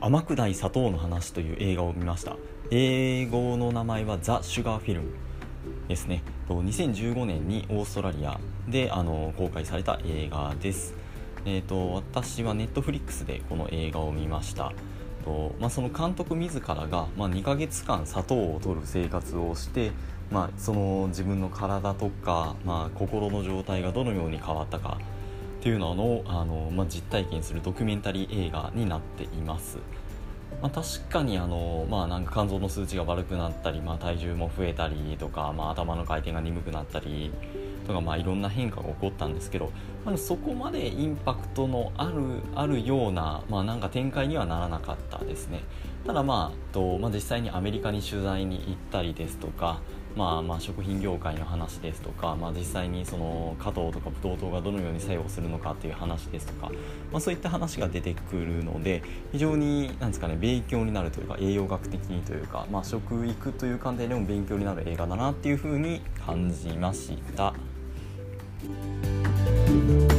甘くない砂糖の話という映画を見ました。英語の名前はザ・シュガーフィルムですね。2015年にオーストラリアで公開された映画です。私はネットフリックスでこの映画を見ました。その監督自らが、2ヶ月間砂糖を摂る生活をして、その自分の体とか、心の状態がどのように変わったかっていうのを実体験するドキュメンタリー映画になっています。確かになんか肝臓の数値が悪くなったり、体重も増えたりとか、頭の回転が鈍くなったりとか、いろんな変化が起こったんですけど、そこまでインパクトのあるような、なんか展開にはならなかったですね。ただ実際にアメリカに取材に行ったりですとか、食品業界の話ですとか、実際にその果糖とかブドウ糖がどのように作用するのかっていう話ですとか、そういった話が出てくるので、非常に勉強になるというか、栄養学的にというか、食育という観点でも勉強になる映画だなっていう風に感じました。